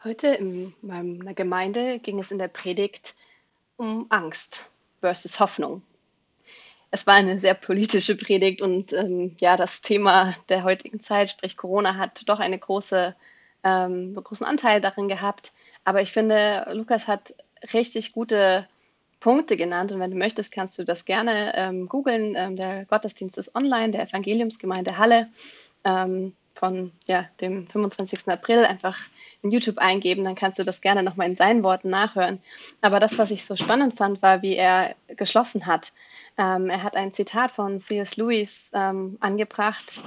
Heute in meiner Gemeinde ging es in der Predigt um Angst versus Hoffnung. Es war eine sehr politische Predigt und ja, das Thema der heutigen Zeit, sprich Corona, hat doch einen großen Anteil darin gehabt. Aber ich finde, Lukas hat richtig gute Punkte genannt und wenn du möchtest, kannst du das gerne googeln. Der Gottesdienst ist online, der Evangeliumsgemeinde Halle von ja, dem 25. April einfach in YouTube eingeben, dann kannst du das gerne nochmal in seinen Worten nachhören. Aber das, was ich so spannend fand, war, wie er geschlossen hat. Er hat ein Zitat von C.S. Lewis angebracht,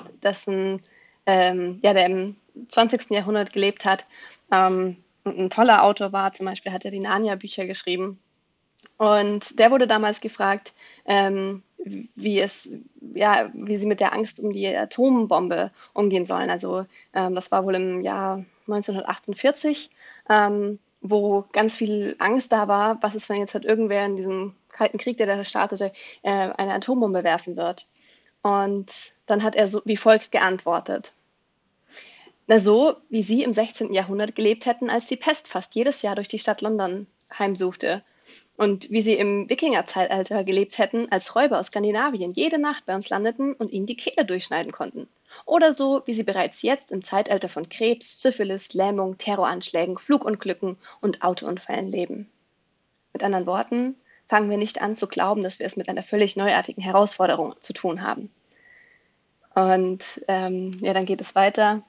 der im 20. Jahrhundert gelebt hat und ein toller Autor war. Zum Beispiel hat er die Narnia-Bücher geschrieben. Und der wurde damals gefragt, wie es, ja, wie sie mit der Angst um die Atombombe umgehen sollen. Also das war wohl im Jahr 1948, wo ganz viel Angst da war, was ist, wenn jetzt halt irgendwer in diesem Kalten Krieg, der da startete, eine Atombombe werfen wird. Und dann hat er so wie folgt geantwortet. Na so, wie sie im 16. Jahrhundert gelebt hätten, als die Pest fast jedes Jahr durch die Stadt London heimsuchte. Und wie sie im Wikingerzeitalter gelebt hätten, als Räuber aus Skandinavien jede Nacht bei uns landeten und ihnen die Kehle durchschneiden konnten. Oder so, wie sie bereits jetzt im Zeitalter von Krebs, Syphilis, Lähmung, Terroranschlägen, Flugunglücken und Autounfällen leben. Mit anderen Worten, fangen wir nicht an zu glauben, dass wir es mit einer völlig neuartigen Herausforderung zu tun haben. Und ja, dann geht es weiter.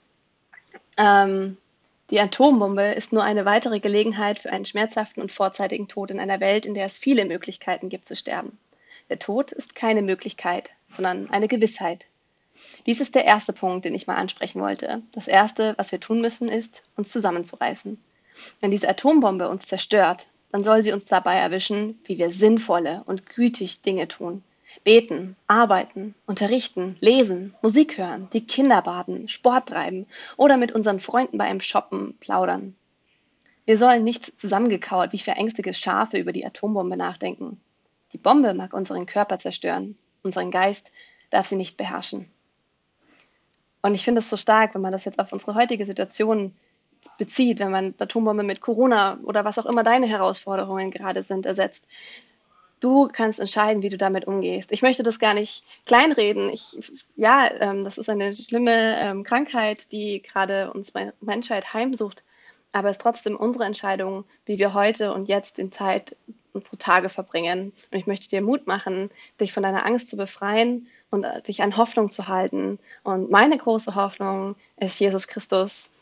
Die Atombombe ist nur eine weitere Gelegenheit für einen schmerzhaften und vorzeitigen Tod in einer Welt, in der es viele Möglichkeiten gibt zu sterben. Der Tod ist keine Möglichkeit, sondern eine Gewissheit. Dies ist der erste Punkt, den ich mal ansprechen wollte. Das Erste, was wir tun müssen, ist, uns zusammenzureißen. Wenn diese Atombombe uns zerstört, dann soll sie uns dabei erwischen, wie wir sinnvolle und gütig Dinge tun. Beten, arbeiten, unterrichten, lesen, Musik hören, die Kinder baden, Sport treiben oder mit unseren Freunden bei einem Shoppen plaudern. Wir sollen nicht zusammengekauert wie verängstigte Schafe über die Atombombe nachdenken. Die Bombe mag unseren Körper zerstören, unseren Geist darf sie nicht beherrschen. Und ich finde es so stark, wenn man das jetzt auf unsere heutige Situation bezieht, wenn man Atombombe mit Corona oder was auch immer deine Herausforderungen gerade sind, ersetzt. Du kannst entscheiden, wie du damit umgehst. Ich möchte das gar nicht kleinreden. Das ist eine schlimme Krankheit, die gerade uns Menschheit heimsucht. Aber es ist trotzdem unsere Entscheidung, wie wir heute und jetzt in Zeit unsere Tage verbringen. Und ich möchte dir Mut machen, dich von deiner Angst zu befreien und dich an Hoffnung zu halten. Und meine große Hoffnung ist Jesus Christus.